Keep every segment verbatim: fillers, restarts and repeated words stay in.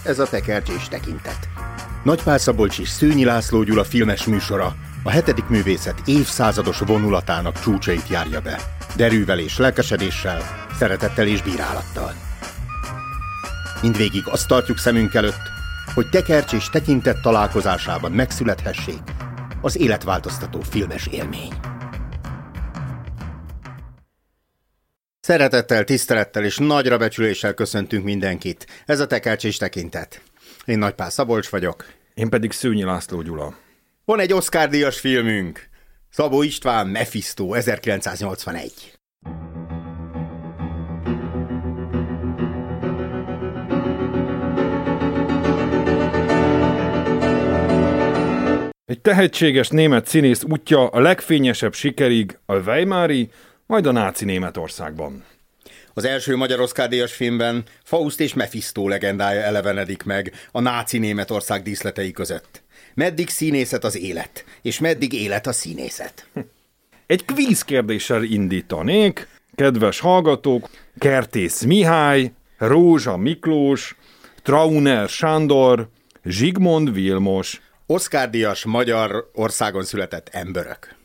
ez a Tekercs és Tekintet. Nagypál Szabolcs és Szőnyi László Gyula filmes műsora a hetedik művészet évszázados vonulatának csúcsait járja be. Derűvel és lelkesedéssel, szeretettel és bírálattal. Mindvégig azt tartjuk szemünk előtt, hogy Tekercs és Tekintet találkozásában megszülethessék az életváltoztató filmes élmény. Szeretettel, tisztelettel és nagyra becsüléssel köszöntünk mindenkit. Ez a Tekercs és Tekintet. Én Nagypál Szabolcs vagyok. Én pedig Szőnyi László Gyula. Van egy Oscar-díjas filmünk. Szabó István, Mephisto, ezerkilencszáznyolcvanegy. Egy tehetséges német színész útja a legfényesebb sikerig a Weimari, majd a náci Németországban. Az első magyar Oscar-díjas filmben Faust és Mephisto legendája elevenedik meg a náci Németország díszletei között. Meddig színészet az élet, és meddig élet a színészet? Egy kvíz kérdéssel indítanék. Kedves hallgatók, Kertész Mihály, Rózsa Miklós, Trauner Sándor, Zsigmond Vilmos. Oscar-díjas magyar országon született emberök.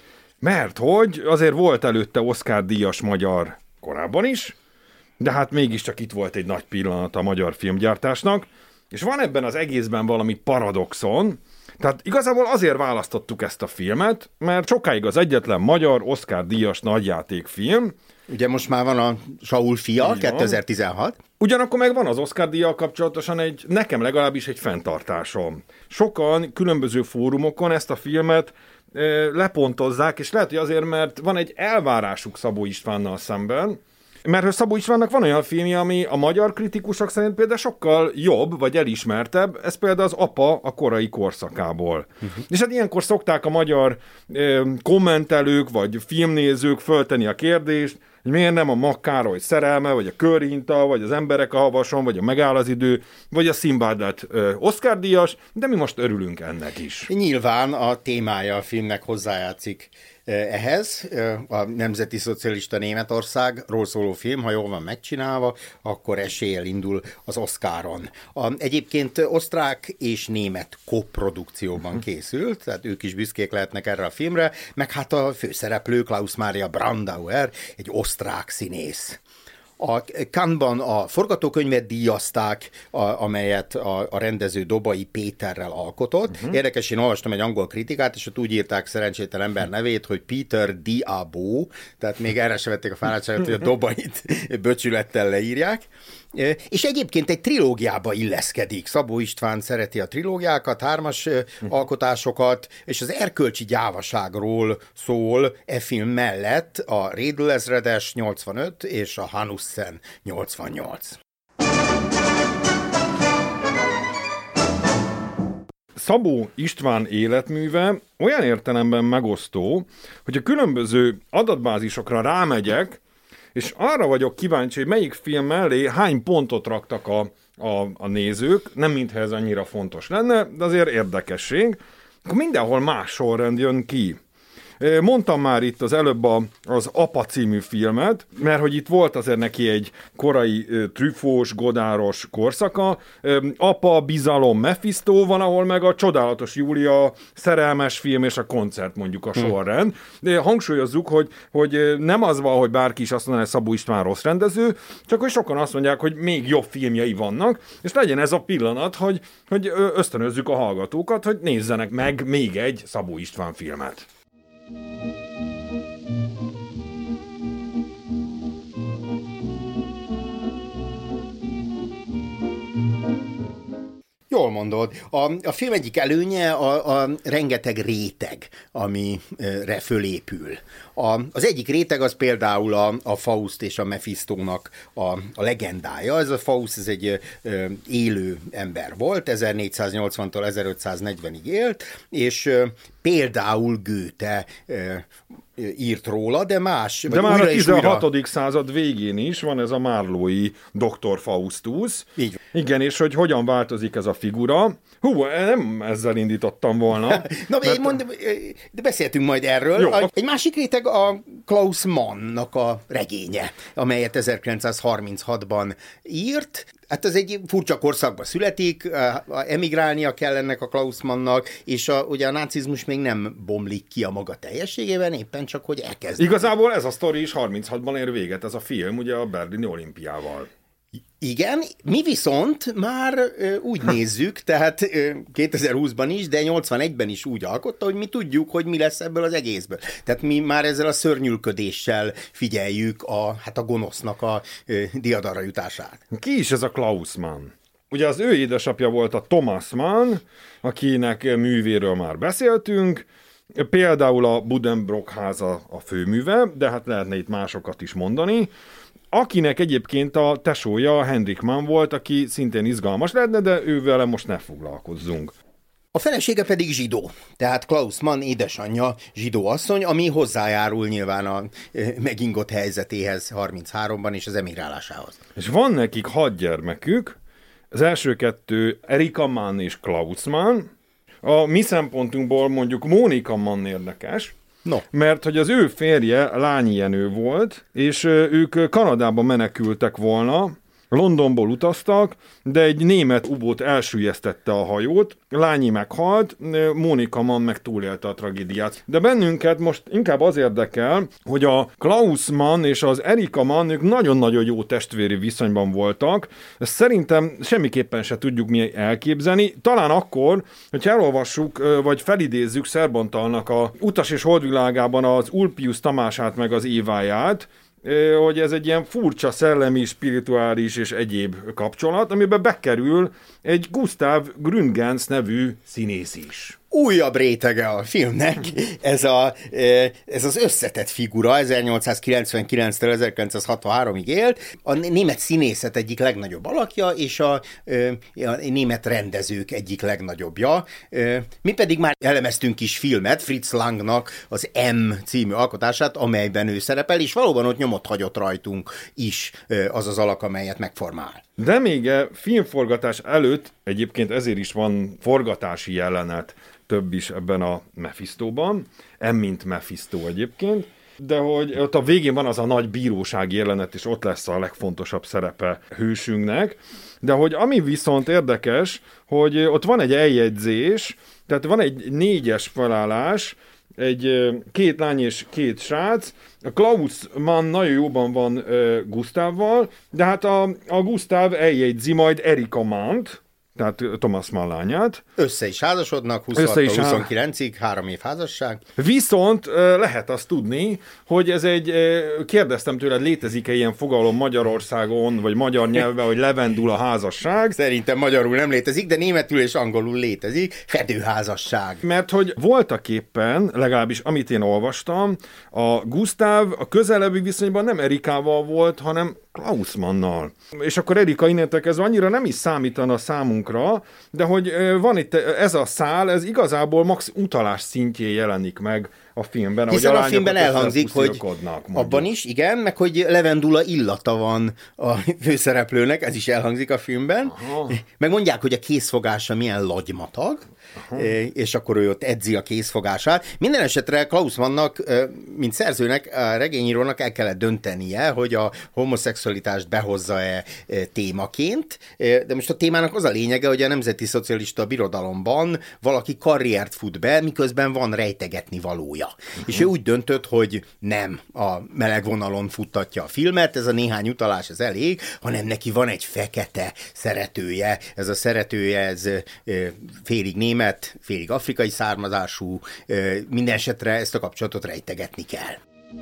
Mert hogy azért volt előtte Oscar-díjas magyar korábban is, de hát mégiscsak itt volt egy nagy pillanat a magyar filmgyártásnak, és van ebben az egészben valami paradoxon, tehát igazából azért választottuk ezt a filmet, mert sokáig az egyetlen magyar Oscar-díjas nagyjátékfilm. Ugye most már van a Saul fia, kétezer-tizenhat. Ugyanakkor meg van az Oscar-díjjal kapcsolatosan egy, nekem legalábbis egy fenntartásom. Sokan különböző fórumokon ezt a filmet e, lepontozzák, és lehet, hogy azért, mert van egy elvárásuk Szabó Istvánnal szemben, mert Szabó Istvánnak van olyan filmje, ami a magyar kritikusok szerint például sokkal jobb, vagy elismertebb, ez például az Apa a korai korszakából. Uh-huh. És hát ilyenkor szokták a magyar e, kommentelők, vagy filmnézők föltenni a kérdést, hogy miért nem a Mag Károly szerelme, vagy a Körhinta, vagy az Emberek a havason, vagy a Megáll az idő, vagy a Sinbad lett Oscar-díjas, de mi most örülünk ennek is. Nyilván a témája a filmnek hozzájátszik ehhez. A Nemzeti Szocialista Németországról szóló film, ha jól van megcsinálva, akkor eséllyel indul az Oscaron. A, egyébként osztrák és német koprodukcióban készült, tehát ők is büszkék lehetnek erre a filmre, meg hát a főszereplő Klaus Maria Brandauer, egy osztrák színész. A Cannes-ban a forgatókönyvet díjazták, a, amelyet a, a rendező Dobai Péterrel alkotott. Uh-huh. Érdekes, én olvastam egy angol kritikát, és ott úgy írták szerencsétlen ember nevét, hogy Peter Diabo, tehát még erre se vették a fáradtságot, hogy a Dobait böcsülettel leírják. És egyébként egy trilógiába illeszkedik. Szabó István szereti a trilógiákat, hármas alkotásokat, és az erkölcsi gyávaságról szól e film mellett a Rédl ezredes nyolcvanöt és a Hanussen nyolcvannyolc. Szabó István életműve olyan értelemben megosztó, hogy a különböző adatbázisokra rámegyek, és arra vagyok kíváncsi, hogy melyik film mellé hány pontot raktak a, a, a nézők, nem mintha ez annyira fontos lenne, de azért érdekesség, akkor mindenhol más sorrend jön ki. Mondtam már itt az előbb a, az Apa című filmet, mert hogy itt volt azért neki egy korai trüffós, godáros korszaka. Apa, Bizalom, Mephisto van, ahol meg a Csodálatos Júlia, szerelmes film és a koncert mondjuk a sorrend. De hangsúlyozzuk, hogy, hogy nem az van, hogy bárki is azt mondaná, hogy Szabó István rossz rendező, csak hogy sokan azt mondják, hogy még jobb filmjei vannak, és legyen ez a pillanat, hogy, hogy ösztönözzük a hallgatókat, hogy nézzenek meg még egy Szabó István filmet. Jól mondod. A, a film egyik előnye a, a rengeteg réteg, amire fölépül. A, az egyik réteg az például a, a Faust és a Mephistónak a, a legendája. Ez a Faust ez egy ö, élő ember volt, ezernégyszáznyolcvantól ezerötszáznegyvenig élt, és ö, például Goethe ö, írt róla, de más. De már a tizenhatodik század végén is van ez a Marlowei doktor Faustus. Így. Igen, és hogy hogyan változik ez a figura. Hú, nem ezzel indítottam volna. Na, mert... én mondom, de beszéltünk majd erről. Jó, a... Egy másik réteg a Klaus Mannnak a regénye, amelyet ezerkilencszázharminchatban írt. Hát ez egy furcsa korszakban születik, emigrálnia kell ennek a Klaus Mannnak, és a, ugye a nácizmus még nem bomlik ki a maga teljességében, éppen csak, hogy elkezd. Igazából ez a sztori is harminchatban ér véget, ez a film, ugye a berlini olimpiával. Igen, mi viszont már ö, úgy nézzük, tehát ö, kétezer-húszban is, de nyolcvanegyben is úgy alkotta, hogy mi tudjuk, hogy mi lesz ebből az egészből. Tehát mi már ezzel a szörnyűködéssel figyeljük a, hát a gonosznak a ö, diadalra jutását. Ki is ez a Klaus Mann? Ugye az ő édesapja volt a Thomas Mann, akinek művéről már beszéltünk, például a Buddenbrock háza a főműve, de hát lehetne itt másokat is mondani, akinek egyébként a tesója Henrik Mann volt, aki szintén izgalmas lehetne, de ővele most ne foglalkozzunk. A felesége pedig zsidó, tehát Klaus Mann édesanyja zsidó asszony, ami hozzájárul nyilván a megingott helyzetéhez harmincháromban és az emigrálásához. És van nekik hat gyermekük, az első kettő Erika Mann és Klaus Mann. A mi szempontunkból mondjuk Mónika Mann érdekes, no. Mert hogy az ő férje Lányi Jenő volt, és ők Kanadába menekültek volna, Londonból utaztak, de egy német ubót elsüllyesztette a hajót, Lányi meghalt, Mónika Mann meg túlélte a tragédiát. De bennünket most inkább az érdekel, hogy a Klaus Mann és az Erika Mann ők nagyon-nagyon jó testvéri viszonyban voltak. Ezt szerintem semmiképpen se tudjuk mi elképzelni. Talán akkor, hogy elolvassuk, vagy felidézzük Szerbantalnak a Utas és Holdvilágában az Ulpius Tamását meg az Éváját, hogy ez egy ilyen furcsa szellemi, spirituális és egyéb kapcsolat, amiben bekerül egy Gustav Gründgens nevű színész is. Újabb rétege a filmnek, ez, a, ez az összetett figura, ezernyolcszázkilencvenkilenctől ezerkilencszázhatvanháromig élt, a német színészet egyik legnagyobb alakja, és a, a német rendezők egyik legnagyobbja. Mi pedig már elemeztünk is filmet, Fritz Langnak az M című alkotását, amelyben ő szerepel, és valóban ott nyomot hagyott rajtunk is az az alak, amelyet megformál. De még a filmforgatás előtt, egyébként ezért is van forgatási jelenet, több is ebben a Mephistóban, M mint Mephisto egyébként, de hogy ott a végén van az a nagy bírósági jelenet, és ott lesz a legfontosabb szerepe hősünknek, de hogy ami viszont érdekes, hogy ott van egy eljegyzés, tehát van egy négyes felállás, egy két lány és két srác, a Klaus Mann nagyon jóban van uh, Gustavval, de hát a, a Gustav eljegyzi majd Erika Mannt, tehát Thomas Mann lányát. Össze is házasodnak, huszonhattól huszonkilencig, három év házasság. Viszont lehet azt tudni, hogy ez egy, kérdeztem tőled, létezik-e ilyen fogalom Magyarországon, vagy magyar nyelvben, hogy levendul a házasság? Szerintem magyarul nem létezik, de németül és angolul létezik, fedőházasság. Mert hogy voltak éppen, legalábbis amit én olvastam, a Gustav a közelebbi viszonyban nem Erikával volt, hanem Klaus Mannnal. És akkor Erika innentől kezdve annyira nem is számítana számunkra, de hogy van itt ez a szál, ez igazából max utalás szintjén jelenik meg a filmben. Hiszen a, a filmben elhangzik, hogy abban is, igen, meg hogy levendula illata van a főszereplőnek, ez is elhangzik a filmben. Aha. Meg mondják, hogy a készfogása milyen lagymatag, aha, és akkor ő ott edzi a készfogását. Minden esetre Klaus Mannnak, mint szerzőnek, a regényírónak el kellett döntenie, hogy a homoszexualitást behozza-e témaként, de most a témának az a lényege, hogy a Nemzeti Szocialista Birodalomban valaki karriert fut be, miközben van rejtegetni valója. Uh-huh. És ő úgy döntött, hogy nem a meleg vonalon futtatja a filmet, ez a néhány utalás ez elég, hanem neki van egy fekete szeretője. Ez a szeretője, ez félig német, félig afrikai származású, minden esetre ezt a kapcsolatot rejtegetni kell.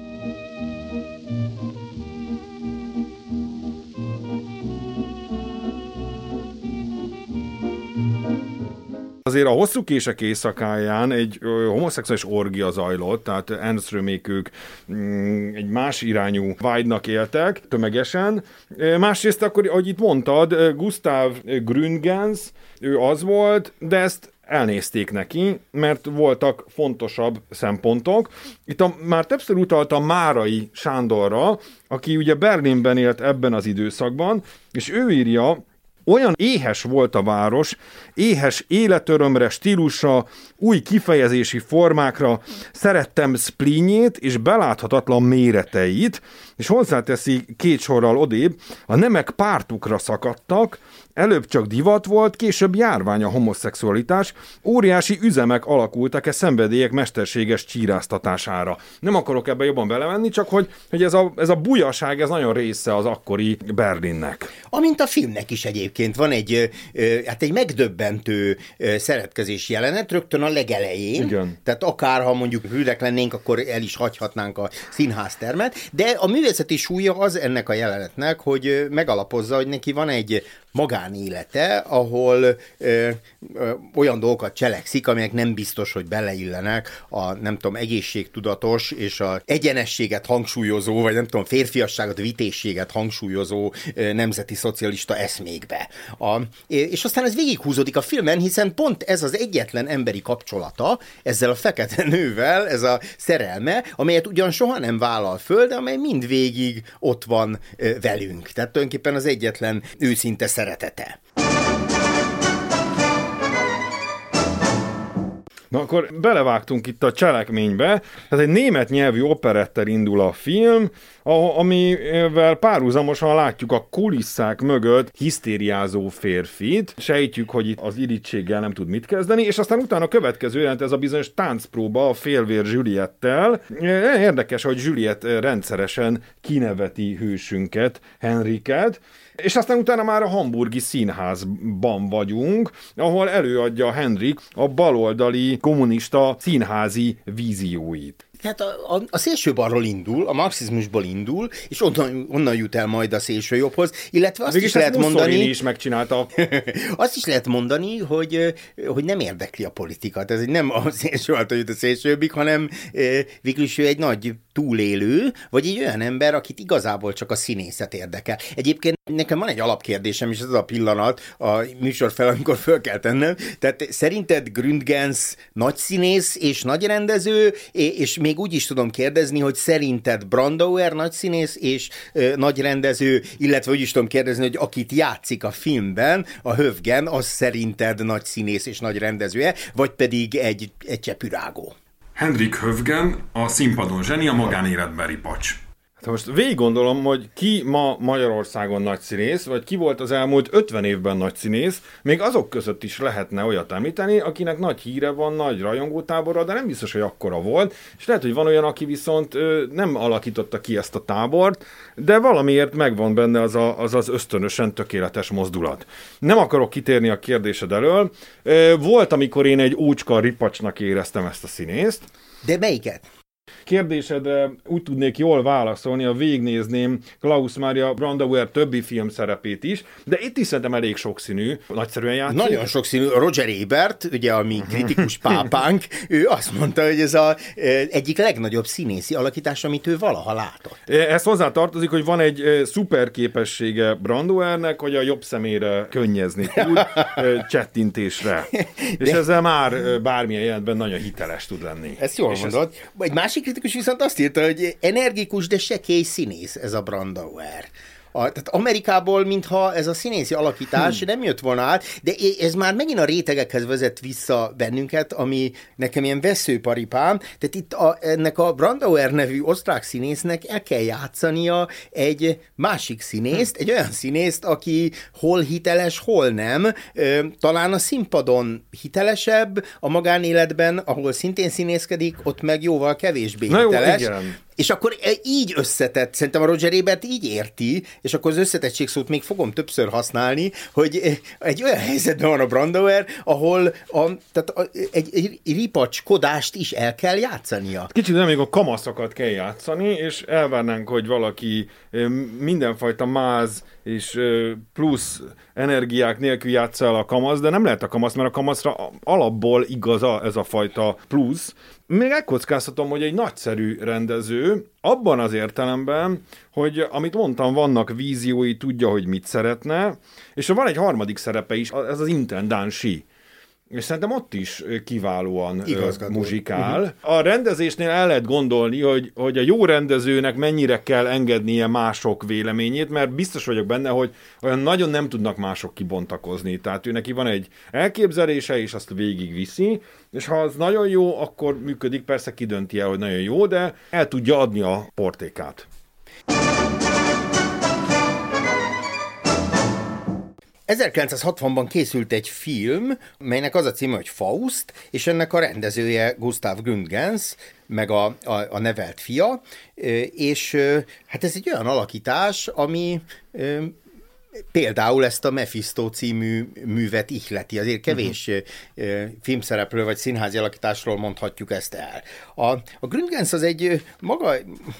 Azért a Hosszú kések éjszakáján egy homoszexuális orgia zajlott, tehát Ernströmék ők mm, egy más irányú vágynak éltek tömegesen. Másrészt akkor, ahogy itt mondtad, Gustav Gründgens, ő az volt, de ezt elnézték neki, mert voltak fontosabb szempontok. Itt a, már többször utaltam Márai Sándorra, aki ugye Berlinben élt ebben az időszakban, és ő írja, olyan éhes volt a város, éhes életörömre, stílusra, új kifejezési formákra, szerettem spleenjét és beláthatatlan méreteit, és hozzáteszi két sorral odébb, a nemek pártukra szakadtak, előbb csak divat volt, később járvány a homoszexualitás, óriási üzemek alakultak e szenvedélyek mesterséges csíráztatására. Nem akarok ebbe jobban belemenni, csak hogy, hogy ez, a, ez a bujaság, ez nagyon része az akkori Berlinnek. Amint a filmnek is egyébként van egy, hát egy megdöbbentő szeretkezés jelenet, rögtön a legelején. Igen. Tehát akár, ha mondjuk hűrek lennénk, akkor el is hagyhatnánk a színháztermet, de a művészeti súlya az ennek a jelenetnek, hogy megalapozza, hogy neki van egy magánélete, ahol ö, ö, olyan dolgokat cselekszik, amelyek nem biztos, hogy beleillenek a, nem tudom, egészségtudatos és a egyenességet hangsúlyozó, vagy nem tudom, férfiasságot, vitézséget hangsúlyozó ö, nemzeti szocialista eszmékbe. A, és aztán ez végighúzódik a filmen, hiszen pont ez az egyetlen emberi kapcsolata ezzel a fekete nővel, ez a szerelme, amelyet ugyan soha nem vállal föl, de amely mindvégig ott van ö, velünk. Tehát tulajdonképpen az egyetlen őszinte szeretete. Na akkor belevágtunk itt a cselekménybe, tehát egy német nyelvű operettel indul a film, amivel párhuzamosan látjuk a kulisszák mögött hisztériázó férfit, sejtjük, hogy itt az irítséggel nem tud mit kezdeni, és aztán utána a következő jelent ez a bizonyos táncpróba a félvér Juliettel. Érdekes, hogy Juliet rendszeresen kineveti hősünket, Henriket, és aztán utána már a hamburgi színházban vagyunk, ahol előadja Henrik a baloldali kommunista színházi vízióit. Hát a, a, a szélső balról indul, a marxizmusból indul, és onnan, onnan jut el majd a szélső jobbhoz, illetve azt Végis is lehet mondani... is megcsinálta. Azt is lehet mondani, hogy, hogy nem érdekli a politikát. Ez nem a szélső által jut a szélsőbbik, hanem végül is ő egy nagy túlélő, vagy egy olyan ember, akit igazából csak a színészet érdekel. Egyébként nekem van egy alapkérdésem, és ez a pillanat a műsor fel, amikor föl kell tennem. Tehát szerinted Gründgens nagy színész és nagy rendező, és még úgy is tudom kérdezni, hogy szerinted Brandauer nagy színész és ö, nagy rendező, illetve úgy is tudom kérdezni, hogy akit játszik a filmben, a Hövgen, az szerinted nagy színész és nagy rendezője, vagy pedig egy, egy csepürágó? Henrik Hövgen, a színpadon zseni, a magánéletben ripacs. Hát most végig gondolom, hogy ki ma Magyarországon nagy színész, vagy ki volt az elmúlt ötven évben nagy színész, még azok között is lehetne olyat említeni, akinek nagy híre van, nagy rajongótábora, de nem biztos, hogy akkora volt, és lehet, hogy van olyan, aki viszont ö, nem alakította ki ezt a tábort, de valamiért megvan benne az a, az, az ösztönösen tökéletes mozdulat. Nem akarok kitérni a kérdésed elől. Ö, volt, amikor én egy ócska ripacsnak éreztem ezt a színészt. De melyiket? Kérdésedre úgy tudnék jól válaszolni, ha végignézném Klaus Maria Brandauer többi film szerepét is, de itt is szerintem elég sokszínű, nagyszerűen játszik. Nagyon sokszínű. Roger Ebert, ugye a mi kritikus pápánk, ő azt mondta, hogy ez az egyik legnagyobb színészi alakítás, amit ő valaha látott. Ez hozzá tartozik, hogy van egy szuper képessége Brandauernek, hogy a jobb szemére könnyezni tud csettintésre. De... És ezzel már bármilyen jelentben nagyon hiteles tud lenni. Ezt jól és mondod. Ez... Egy másik kritikus viszont azt írta, hogy energikus, de sekély színész ez a Brandauer. A, tehát Amerikából, mintha ez a színészi alakítás hmm. nem jött volna át, de ez már megint a rétegekhez vezet vissza bennünket, ami nekem ilyen veszőparipám. Tehát itt a, ennek a Brandauer nevű osztrák színésznek el kell játszania egy másik színészt, hmm. egy olyan színészt, aki hol hiteles, hol nem. Talán a színpadon hitelesebb, a magánéletben, ahol szintén színészkedik, ott meg jóval kevésbé Na hiteles. Jó, igen. És akkor így összetett, szerintem a Roger Ebert így érti, és akkor az összetettség szót még fogom többször használni, hogy egy olyan helyzetben van a Brandauer, ahol a, tehát a, egy, egy ripacskodást is el kell játszania. Kicsit nem még a kamaszokat kell játszani, és elvárnánk, hogy valaki mindenfajta máz és plusz energiák nélkül játsza el a kamasz, de nem lehet a kamasz, mert a kamaszra alapból igaz a, ez a fajta plusz. Még elkockáztatom, hogy egy nagyszerű rendező, abban az értelemben, hogy amit mondtam, vannak víziói, tudja, hogy mit szeretne, és van egy harmadik szerepe is, ez az intendánsi. és szerintem ott is kiválóan Igazgató. muzsikál. Uh-huh. A rendezésnél el lehet gondolni, hogy, hogy a jó rendezőnek mennyire kell engednie mások véleményét, mert biztos vagyok benne, hogy olyan nagyon nem tudnak mások kibontakozni. Tehát ő neki van egy elképzelése, és azt végig viszi, és ha az nagyon jó, akkor működik, persze kidönti el, hogy nagyon jó, de el tudja adni a portékát. ezerkilencszázhatvanban készült egy film, melynek az a címe, hogy Faust, és ennek a rendezője Gustav Gründgens, meg a, a, a nevelt fia, és hát ez egy olyan alakítás, ami például ezt a Mephisto című művet ihleti. Azért kevés uh-huh. filmszereplő vagy színházi alakításról mondhatjuk ezt el. A, a Gründgens az egy maga...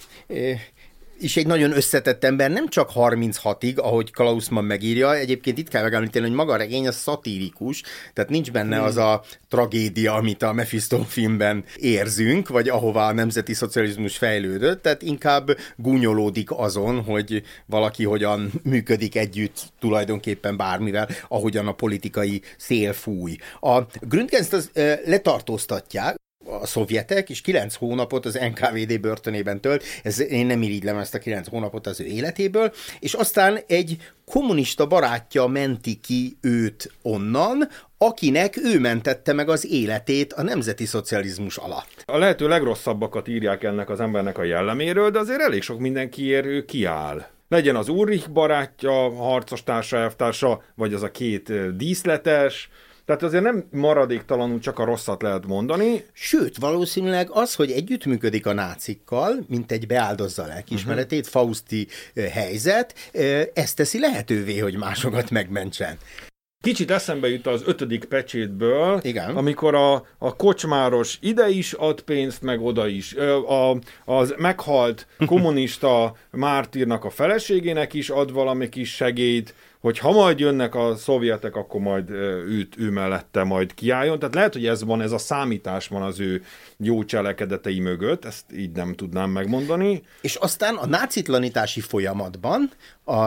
és egy nagyon összetett ember, nem csak harminchatig, ahogy Klaus Mann megírja, egyébként itt kell megemlíteni, hogy maga a regény az szatirikus, tehát nincs benne hmm. az a tragédia, amit a Mephisto filmben érzünk, vagy ahová a nemzeti szocializmus fejlődött, tehát inkább gúnyolódik azon, hogy valaki hogyan működik együtt tulajdonképpen bármivel, ahogyan a politikai szél fúj. A Gründgenst az e, letartóztatják, a szovjetek, és kilenc hónapot az en ká vé dé börtönében tölt, ez, én nem irigylem ezt a kilenc hónapot az ő életéből, és aztán egy kommunista barátja menti ki őt onnan, akinek ő mentette meg az életét a nemzeti szocializmus alatt. A lehető legrosszabbakat írják ennek az embernek a jelleméről, de azért elég sok mindenkiért ő kiáll. Legyen az Ulrich barátja, harcos társa, elvtársa, vagy az a két díszletes. Tehát azért nem maradéktalanul csak a rosszat lehet mondani. Sőt, valószínűleg az, hogy együttműködik a nácikkal, mint egy beáldozza lelkiismeretét, uh-huh. fauszti helyzet, ezt teszi lehetővé, hogy másokat megmentsen. Kicsit eszembe jut az ötödik pecsétből, igen. amikor a, a kocsmáros ide is ad pénzt, meg oda is. A, az meghalt kommunista mártírnak a feleségének is ad valami kis segélyt, hogy ha majd jönnek a szovjetek, akkor majd őt, ő mellette majd kiálljon. Tehát lehet, hogy ez van, ez a számítás van az ő jó cselekedetei mögött, ezt így nem tudnám megmondani. És aztán a nácitlanítási folyamatban, a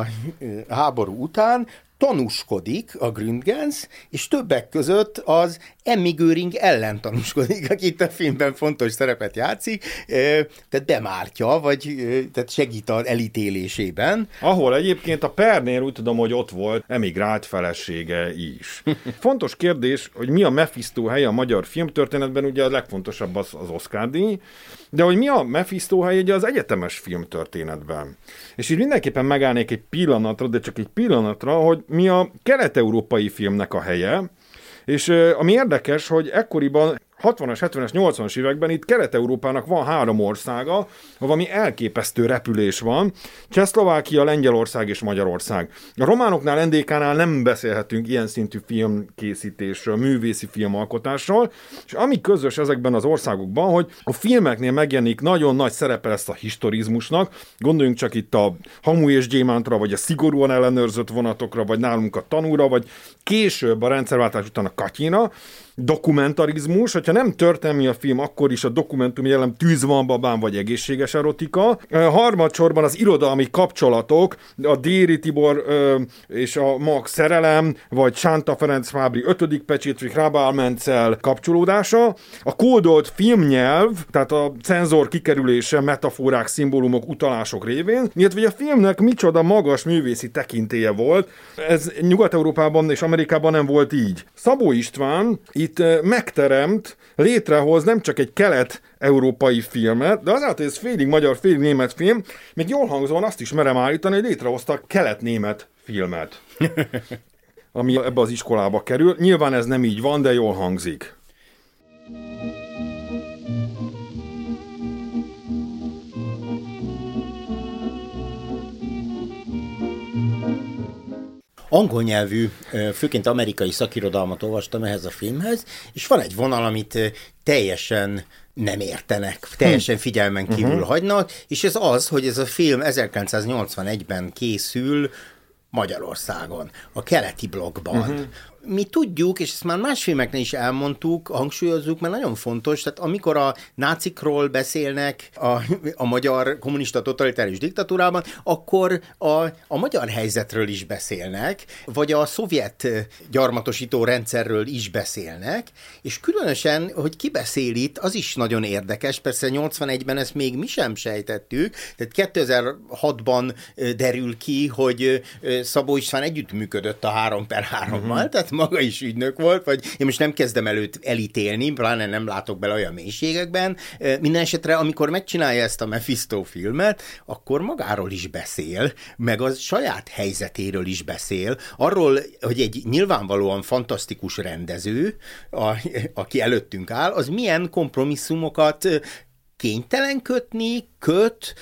háború után tanúskodik a Gründgens, és többek között az Emmy Göring ellen tanúskodik, aki itt a filmben fontos szerepet játszik, tehát bemártja, vagy tehát segít az elítélésében. Ahol egyébként a pernél úgy tudom, hogy ott volt emigrált felesége is. Fontos kérdés, hogy mi a Mephisto helye a magyar filmtörténetben, ugye a legfontosabb az, az Oscar-díj, de hogy mi a Mephisto helye ugye az egyetemes filmtörténetben. És így mindenképpen megállnék egy pillanatra, de csak egy pillanatra, hogy mi a kelet-európai filmnek a helye, és uh, ami érdekes, hogy ekkoriban hatvanas, hetvenes, nyolcvanas években itt Kelet-Európának van három országa, ahol valami elképesztő repülés van, Csehszlovákia, Lengyelország és Magyarország. A románoknál, en dé ká-nál nem beszélhetünk ilyen szintű filmkészítésről, művészi filmalkotásról, és ami közös ezekben az országokban, hogy a filmeknél megjelenik nagyon nagy szerepe lesz a historizmusnak, gondoljunk csak itt a Hamu és Gyémántra, vagy a szigorúan ellenőrzött vonatokra, vagy nálunk a Tanúra, vagy később a rendszerváltás után a Katyina, dokumentarizmus, hogyha nem történelmi a film, akkor is a dokumentum jellem Tűz van babám, vagy egészséges erotika. Harmadsorban az irodalmi kapcsolatok, a Déri Tibor ö, és a Max szerelem, vagy Sánta Ferenc Fábri ötödik pecsét, vagy Hrabál Mencel kapcsolódása. A kódolt filmnyelv, tehát a cenzor kikerülése, metaforák, szimbólumok, utalások révén, illetve a filmnek micsoda magas művészi tekintélye volt. Ez Nyugat-Európában és Amerikában nem volt így. Szabó István itt megteremt, létrehoz nem csak egy kelet-európai filmet, de azáltal, hogy ez félig magyar, félig német film, még jól hangzóan azt is merem állítani, hogy létrehoztak kelet-német filmet, ami ebbe az iskolába kerül. Nyilván ez nem így van, de jól hangzik. Angol nyelvű, főként amerikai szakirodalmat olvastam ehhez a filmhez, és van egy vonal, amit teljesen nem értenek, teljesen figyelmen kívül uh-huh. hagynak, és ez az, hogy ez a film ezerkilencszáznyolcvanegyben készül Magyarországon, a keleti blokkban. Uh-huh. Mi tudjuk, és ezt már más filmeknél is elmondtuk, hangsúlyozzuk, mert nagyon fontos, tehát amikor a nácikról beszélnek a, a magyar kommunista totalitárius diktatúrában, akkor a, a magyar helyzetről is beszélnek, vagy a szovjet gyarmatosító rendszerről is beszélnek, és különösen, hogy ki beszél itt, az is nagyon érdekes, persze nyolcvanegyben ezt még mi sem sejtettük, tehát kétezer-hatban derül ki, hogy Szabó István együttműködött a három per hárommal, uh-huh. tehát maga is ügynök volt, vagy én most nem kezdem előtt elítélni, pláne nem látok bele olyan mélységekben. Minden esetre, amikor megcsinálja ezt a Mephisto filmet, akkor magáról is beszél, meg az saját helyzetéről is beszél, arról, hogy egy nyilvánvalóan fantasztikus rendező, a, aki előttünk áll, az milyen kompromisszumokat kénytelen kötni, köt,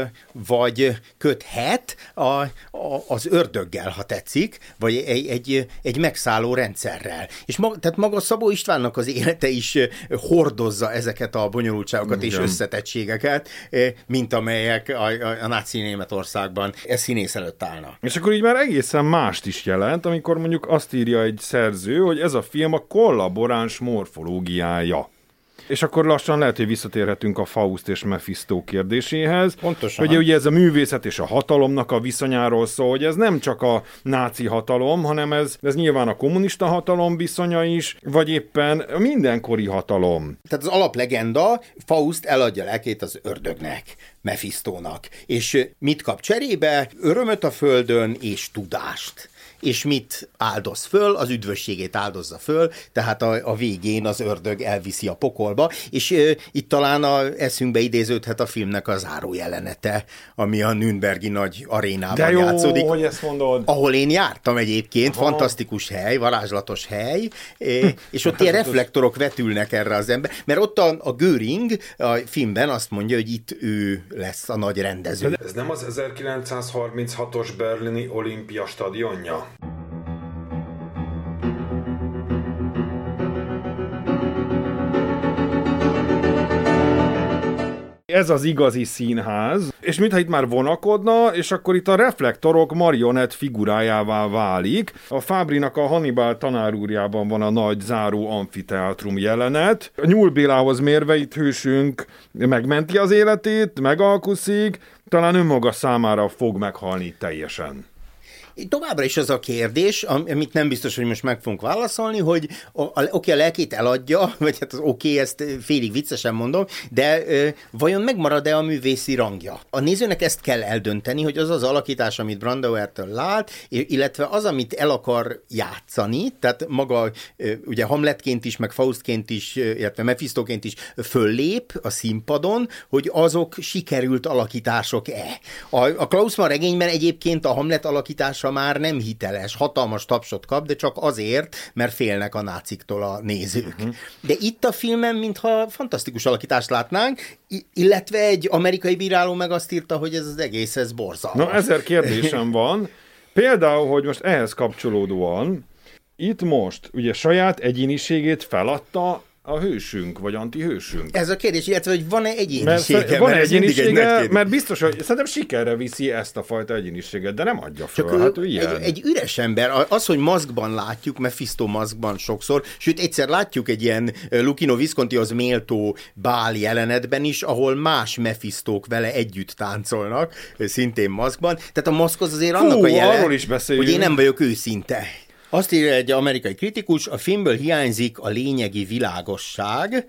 vagy köthet a, a, az ördöggel, ha tetszik, vagy egy, egy, egy megszálló rendszerrel. És maga, tehát maga Szabó Istvánnak az élete is hordozza ezeket a bonyolultságokat és összetettségeket, mint amelyek a, a, a náci Németországban ez színész előtt állnak. És akkor így már egészen mást is jelent, amikor mondjuk azt írja egy szerző, hogy ez a film a kollaboráns morfológiája. És akkor lassan lehet, hogy visszatérhetünk a Faust és Mephisto kérdéséhez. Pontosan. Hogy ugye ez a művészet és a hatalomnak a viszonyáról szól, hogy ez nem csak a náci hatalom, hanem ez, ez nyilván a kommunista hatalom viszonya is, vagy éppen a mindenkori hatalom. Tehát az alaplegenda, Faust eladja lelkét az ördögnek, Mephistónak. És mit kap cserébe? Örömöt a földön és tudást. És mit áldoz föl? Az üdvösségét áldozza föl, tehát a, a végén az ördög elviszi a pokolba, és e, itt talán a eszünkbe idéződhet a filmnek a záró jelenete, ami a Nürnbergi nagy arénában De jó, játszódik. Hogy ezt mondod. Ahol én jártam egyébként, Aha. fantasztikus hely, varázslatos hely, e, és ott ilyen reflektorok vetülnek erre az ember, mert ott a, a Göring a filmben azt mondja, hogy itt ő lesz a nagy rendező. Ez nem az ezerkilencszázharminchatos berlini olimpia stadionja? Ez az igazi színház, és mintha itt már vonakodna, és akkor itt a reflektorok marionett figurájává válik. A Fábrinak a Hannibal tanárúrjában van a nagy záró amfiteátrum jelenet. A Nyúl Bélához mérve itt hősünk megmenti az életét, megalkuszik, talán önmaga számára fog meghalni teljesen. Továbbra is az a kérdés, amit nem biztos, hogy most meg fogunk válaszolni, hogy oké, okay, a lelkét eladja, vagy hát az oké, okay, ezt félig viccesen mondom, de ö, vajon megmarad-e a művészi rangja? A nézőnek ezt kell eldönteni, hogy az az alakítás, amit Brandauertől lát, illetve az, amit el akar játszani, tehát maga ö, ugye Hamletként is, meg Faustként is, illetve Mephistoként is föllép a színpadon, hogy azok sikerült alakítások-e. A, a Klausmann regényben egyébként a Hamlet alakítása már nem hiteles, hatalmas tapsot kap, de csak azért, mert félnek a náciktól a nézők. Uh-huh. De itt a filmen, mintha fantasztikus alakítást látnánk, illetve egy amerikai bíráló meg azt írta, hogy ez az egész, ez borzalmas. Na, ezer kérdésem van. Például, hogy most ehhez kapcsolódóan, itt most ugye saját egyéniségét feladta a hősünk, vagy antihősünk. Ez a kérdés, illetve, hogy van-e egyénisége? Mert, van-e egyénisége, egy mert biztos, hogy szerintem sikerre viszi ezt a fajta egyéniséget, de nem adja föl. Csak hát, egy, egy üres ember, az, hogy maszkban látjuk, Mephisto maszkban sokszor, sőt, egyszer látjuk egy ilyen Luchino Viscontihoz méltó bál jelenetben is, ahol más Mephistók vele együtt táncolnak, szintén maszkban. Tehát a maszk az azért annak Hú, a jele, hogy én nem vagyok őszinte. Azt írja egy amerikai kritikus, a filmből hiányzik a lényegi világosság.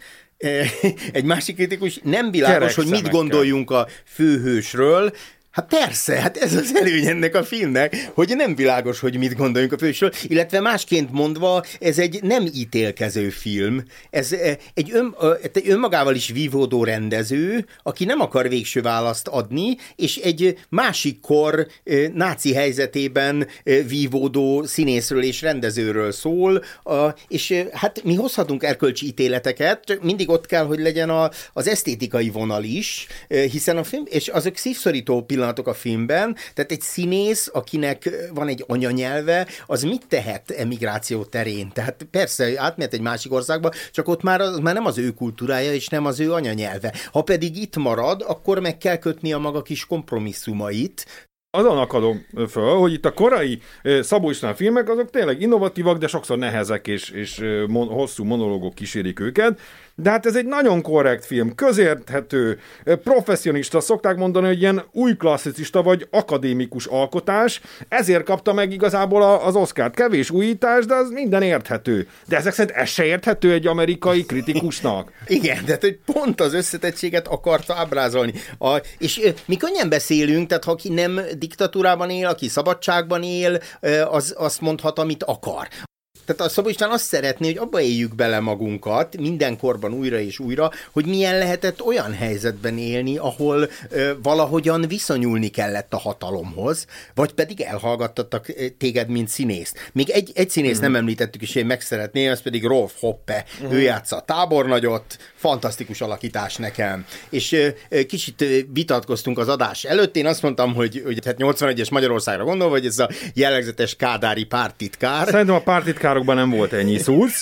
Egy másik kritikus, nem világos, hogy mit gondoljunk a főhősről. Hát persze, hát ez az előny ennek a filmnek, hogy nem világos, hogy mit gondoljunk a fősről, illetve másként mondva, ez egy nem ítélkező film. Ez egy, ön, egy önmagával is vívódó rendező, aki nem akar végső választ adni, és egy másik kor náci helyzetében vívódó színészről és rendezőről szól, és hát mi hozhatunk erkölcsi ítéleteket, mindig ott kell, hogy legyen a, az esztétikai vonal is, hiszen a film, és azok szívszorító pillanatok a filmben, tehát egy színész, akinek van egy anyanyelve, az mit tehet emigráció terén? Tehát persze átmehet egy másik országba, csak ott már, az, már nem az ő kultúrája, és nem az ő anyanyelve. Ha pedig itt marad, akkor meg kell kötni a maga kis kompromisszumait, Azon akadom föl, hogy itt a korai Szabó István filmek azok tényleg innovatívak, de sokszor nehezek és, és mon- hosszú monológok kísérik őket. De hát ez egy nagyon korrekt film, közérthető, professzionista, szokták mondani, hogy ilyen új klasszicista vagy akadémikus alkotás, ezért kapta meg igazából az Oscart. Kevés újítás, de az minden érthető. De ezek szerint ez se érthető egy amerikai kritikusnak. Igen, de hogy pont az összetettséget akarta ábrázolni. A, és mi könnyen beszélünk, tehát ha aki nem diktatúrában él, aki szabadságban él, az azt mondhat, amit akar. Tehát a Szabó István azt szeretné, hogy abba éljük bele magunkat mindenkorban újra és újra, hogy milyen lehetett olyan helyzetben élni, ahol ö, valahogyan viszonyulni kellett a hatalomhoz, vagy pedig elhallgattattak téged, mint színészt. Még egy, egy színészt uh-huh. nem említettük, és én meg szeretném, az pedig Rolf Hoppe. Uh-huh. Ő játsza a tábornagyot, fantasztikus alakítás nekem. És ö, kicsit vitatkoztunk az adás előtt, én azt mondtam, hogy, hogy hát nyolcvanegyes Magyarországra gondolva, hogy ez a jellegzetes kádári párttitkár. Szerintem a pártitkár nem volt ennyi szusz.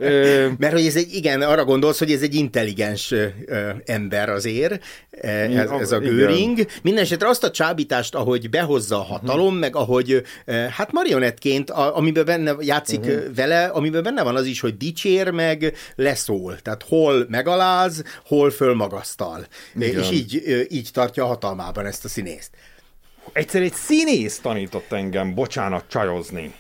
Mert hogy ez egy, igen, arra gondolsz, hogy ez egy intelligens ö, ember azért, ez, ez a Göring. Mindenesetre azt a csábítást, ahogy behozza a hatalom, uh-huh. meg ahogy, hát marionettként, amiben benne játszik uh-huh. vele, amiben benne van az is, hogy dicsér, meg leszól. Tehát hol megaláz, hol fölmagasztal. Igen. És így, így tartja a hatalmában ezt a színészt. Egyszer egy színész tanított engem, bocsánat, csajozni.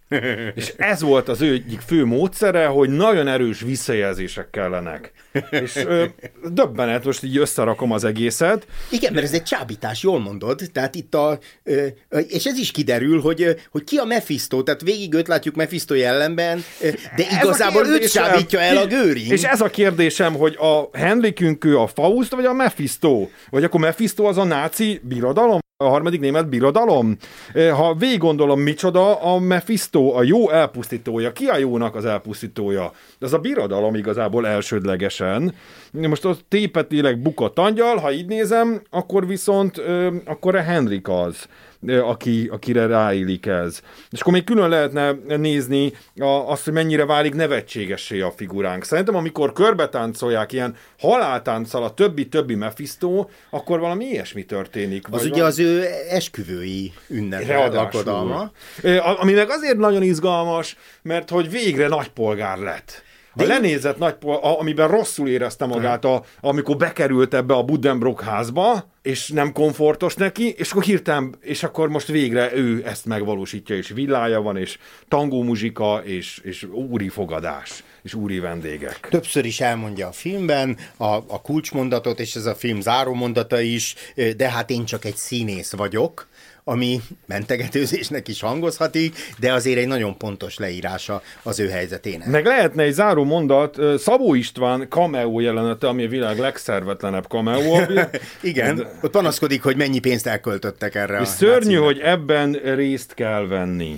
És ez volt az ő egyik fő módszere, hogy nagyon erős visszajelzések kellenek. És ö, döbbenet, most így összerakom az egészet. Igen, mert ez egy csábítás, jól mondod. Tehát itt a... Ö, és ez is kiderül, hogy, hogy ki a Mephisto, tehát végig őt látjuk Mephisto jellemben, de igazából őt csábítja el a Göring. És ez a kérdésem, hogy a Henrikünk ő a Faust, vagy a Mephisto? Vagy akkor Mephisto az a náci birodalom? A harmadik német birodalom? Ha végig gondolom, micsoda a Mephisto, a jó elpusztítója. Ki a jónak az elpusztítója? Az a birodalom igazából elsődlegesen. Most a tépetileg bukott angyal, ha így nézem, akkor viszont akkor a Henrik az, aki, akire ráillik ez. És akkor még külön lehetne nézni azt, hogy mennyire válik nevetségessé a figuránk. Szerintem, amikor körbetáncolják ilyen haláltánccal a többi-többi Mephisto, akkor valami ilyesmi történik. Az ugye az ő esküvői ünnepre lakodalma. Ami meg azért nagyon izgalmas, mert hogy végre nagypolgár lett. A de lenézett nagypolgár, amiben rosszul érezte magát, a, amikor bekerült ebbe a Buddenbrook házba, és nem komfortos neki, és akkor hirtelen, és akkor most végre ő ezt megvalósítja, és villája van, és tangó muzsika, és, és úri fogadás, és úri vendégek. Többször is elmondja a filmben a, a kulcsmondatot, és ez a film zárómondata is, de hát én csak egy színész vagyok, ami mentegetőzésnek is hangozhatik, de azért egy nagyon pontos leírása az ő helyzetének. Meg lehetne egy záró mondat, Szabó István cameo jelenete, ami a világ legszervetlenebb cameo. Igen, de... ott panaszkodik, hogy mennyi pénzt elköltöttek erre. És a szörnyű, hogy ebben részt kell venni.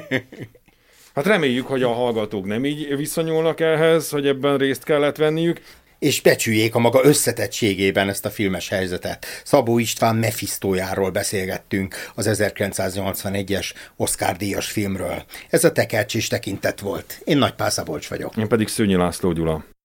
Hát reméljük, hogy a hallgatók nem így viszonyulnak ehhez, hogy ebben részt kellett venniük. És becsüljék a maga összetettségében ezt a filmes helyzetet. Szabó István Mephistójáról beszélgettünk, az ezerkilencszáznyolcvanegyes Oscar-díjas filmről. Ez a tekercs és tekintet volt. Én Nagy Pál Szabolcs vagyok. Én pedig Szőnyi László Gyula.